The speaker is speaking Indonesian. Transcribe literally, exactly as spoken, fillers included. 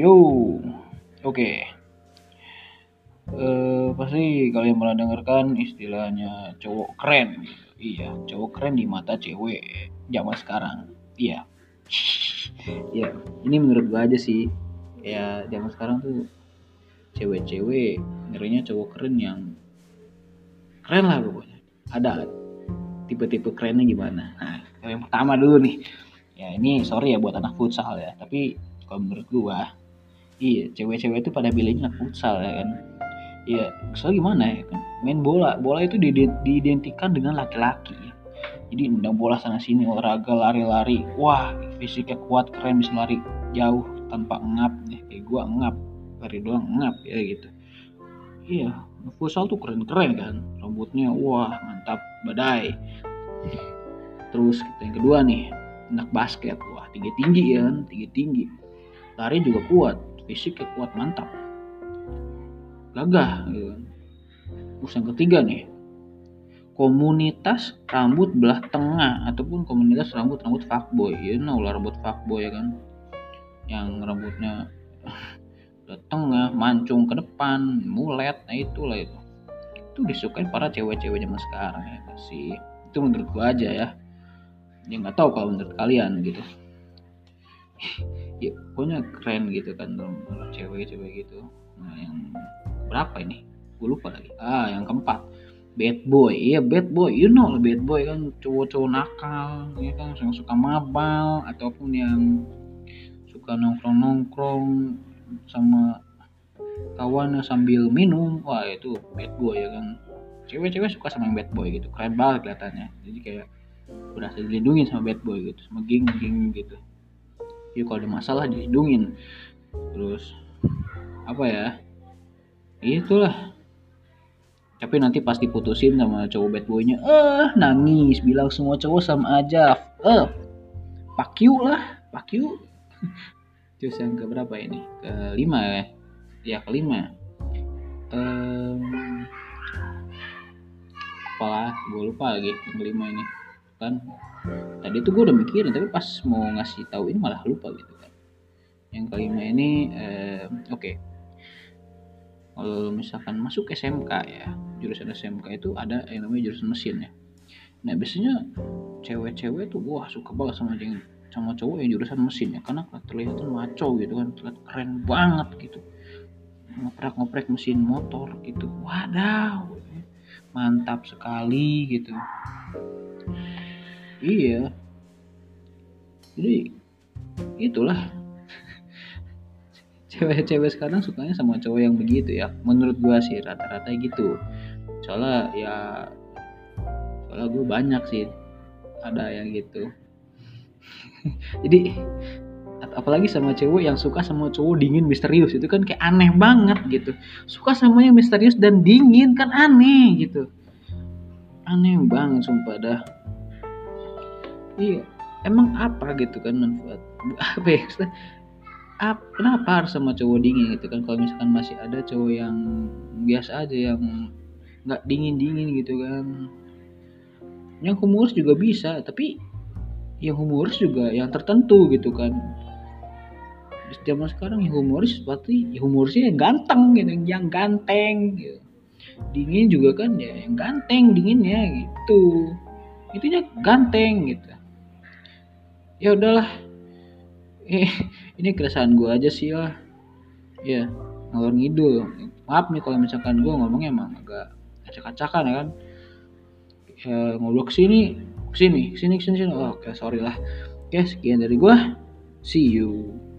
Yo, oke. Eh, pasti kalian pernah dengarkan istilahnya cowok keren. Gitu. Iya, cowok keren di mata cewek zaman sekarang. Iya, iya. Ini menurut gua aja sih. Ya, zaman sekarang tuh cewek-cewek ngerinya cowok keren yang keren lah pokoknya. Ada tipe-tipe kerennya gimana? Nah, yang pertama dulu nih. Ya ini sorry ya buat anak futsal ya, tapi kalau menurut gua, iya cewek-cewek itu pada pilihnya anak futsal ya kan. Iya, soalnya gimana ya kan, main bola, bola itu diidentikan dengan laki-laki. Jadi nendang bola sana sini, olahraga lari-lari, wah fisiknya kuat, keren, bisa lari jauh tanpa ngap, ya kayak gua ngap, lari doang ngap ya gitu. Iya, futsal tuh keren-keren kan, rambutnya wah mantap, badai. Terus kita yang kedua nih, anak basket, wah tinggi-tinggi ya kan, tinggi-tinggi, lari juga kuat, fisiknya kuat mantap, gagah gitu kan. Terus yang ketiga nih, komunitas rambut belah tengah ataupun komunitas rambut rambut fuckboy. Ya know lah rambut fuckboy ya kan, yang rambutnya belah tengah, mancung ke depan, mulet, nah itulah itu. Itu disukai para cewek-cewek zaman sekarang ya sih. Itu menurut gua aja ya. Ya nggak tahu kalau menurut kalian gitu. Ya pokoknya keren gitu kan menurut cewek-cewek gitu. Nah yang berapa ini? Gue lupa lagi. Ah yang keempat, bad boy. Iya bad boy, you know lah bad boy kan, cowok-cowok nakal ya kan, yang suka mabal ataupun yang suka nongkrong-nongkrong sama kawannya sambil minum. Wah itu bad boy ya kan. Cewek-cewek suka sama yang bad boy gitu, keren banget kelihatannya. Jadi kayak berasa dilindungi sama bad boy gitu, sama geng-geng gitu. Jadi kalau ada masalah dilindungin. Terus apa ya? Itulah. Tapi nanti pas diputusin sama cowok bad boynya, eh nangis, bilang semua cowok sama aja, eh fuck you lah, fuck you. Terus yang keberapa ini? Kelima ya, ya kelima. Um, apalah, gue lupa lagi yang kelima ini kan. Tadi tuh gue udah mikirin, tapi pas mau ngasih tahu ini malah lupa gitu kan. Yang kelima ini, um, oke. Okay. Kalau misalkan masuk S M K ya, jurusan S M K itu ada yang namanya jurusan mesin ya. Nah biasanya cewek-cewek tuh wah suka banget sama yang sama cowok yang jurusan mesin ya, karena terlihat tuh maco gitu kan, terlihat keren banget gitu, ngoprek-ngoprek mesin motor gitu, wadaw mantap sekali gitu. Iya, jadi itulah cewek-cewek sekarang sukanya sama cowok yang begitu ya, menurut gua sih rata-rata gitu. Soalnya ya soalnya gue banyak sih ada yang gitu. Jadi apalagi sama cewek yang suka sama cowok dingin misterius, itu kan kayak aneh banget gitu. Suka sama yang misterius dan dingin kan aneh gitu, aneh banget sumpah dah. Iya emang apa gitu kan manfaat apa ya, Ap, kenapa harus sama cowok dingin gitu kan, kalau misalkan masih ada cowok yang biasa aja yang nggak dingin dingin gitu kan, yang humoris juga bisa, tapi yang humoris juga yang tertentu gitu kan. Di zaman sekarang yang humoris seperti ya humorisnya yang ganteng gitu, yang ganteng gitu. Dingin juga kan ya yang ganteng dinginnya gitu, itunya ganteng gitu. Ya udahlah, eh ini keresahan gue aja sih lah ya, ngalor ngidul. Maaf nih kalau misalkan gue ngomongnya emang agak acak-acakan ya kan, ya, ngobrol kesini kesini kesini kesini, kesini. Oh, oke okay, sorry lah. Oke okay, sekian dari gue, see you.